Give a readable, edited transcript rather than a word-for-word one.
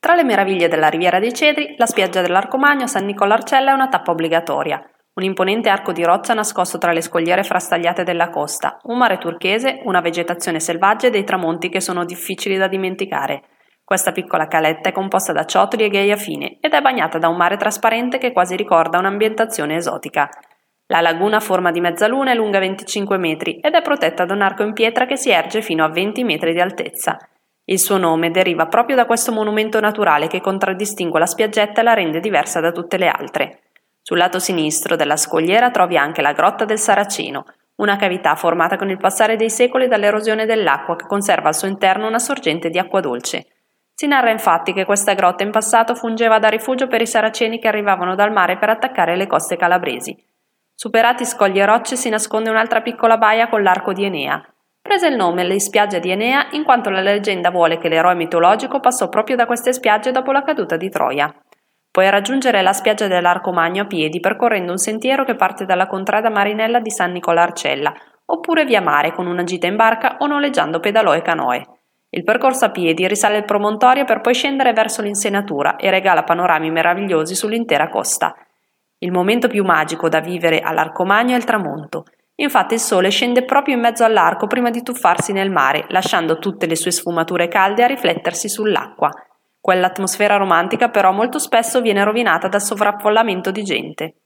Tra le meraviglie della Riviera dei Cedri, la spiaggia dell'Arcomagno San Nicola-Arcella è una tappa obbligatoria. Un imponente arco di roccia nascosto tra le scogliere frastagliate della costa, un mare turchese, una vegetazione selvaggia e dei tramonti che sono difficili da dimenticare. Questa piccola caletta è composta da ciottoli e ghiaia fine ed è bagnata da un mare trasparente che quasi ricorda un'ambientazione esotica. La laguna a forma di mezzaluna è lunga 25 metri ed è protetta da un arco in pietra che si erge fino a 20 metri di altezza. Il suo nome deriva proprio da questo monumento naturale che contraddistingue la spiaggetta e la rende diversa da tutte le altre. Sul lato sinistro della scogliera trovi anche la Grotta del Saraceno, una cavità formata con il passare dei secoli dall'erosione dell'acqua che conserva al suo interno una sorgente di acqua dolce. Si narra infatti che questa grotta in passato fungeva da rifugio per i saraceni che arrivavano dal mare per attaccare le coste calabresi. Superati scogli e rocce si nasconde un'altra piccola baia con l'arco di Enea. Prese il nome di spiaggia di Enea in quanto la leggenda vuole che l'eroe mitologico passò proprio da queste spiagge dopo la caduta di Troia. Puoi raggiungere la spiaggia dell'Arcomagno a piedi percorrendo un sentiero che parte dalla contrada marinella di San Nicola Arcella, oppure via mare con una gita in barca o noleggiando pedalò e canoe. Il percorso a piedi risale il promontorio per poi scendere verso l'insenatura e regala panorami meravigliosi sull'intera costa. Il momento più magico da vivere all'Arcomagno è il tramonto. Infatti il sole scende proprio in mezzo all'arco prima di tuffarsi nel mare, lasciando tutte le sue sfumature calde a riflettersi sull'acqua. Quell'atmosfera romantica però molto spesso viene rovinata dal sovraffollamento di gente.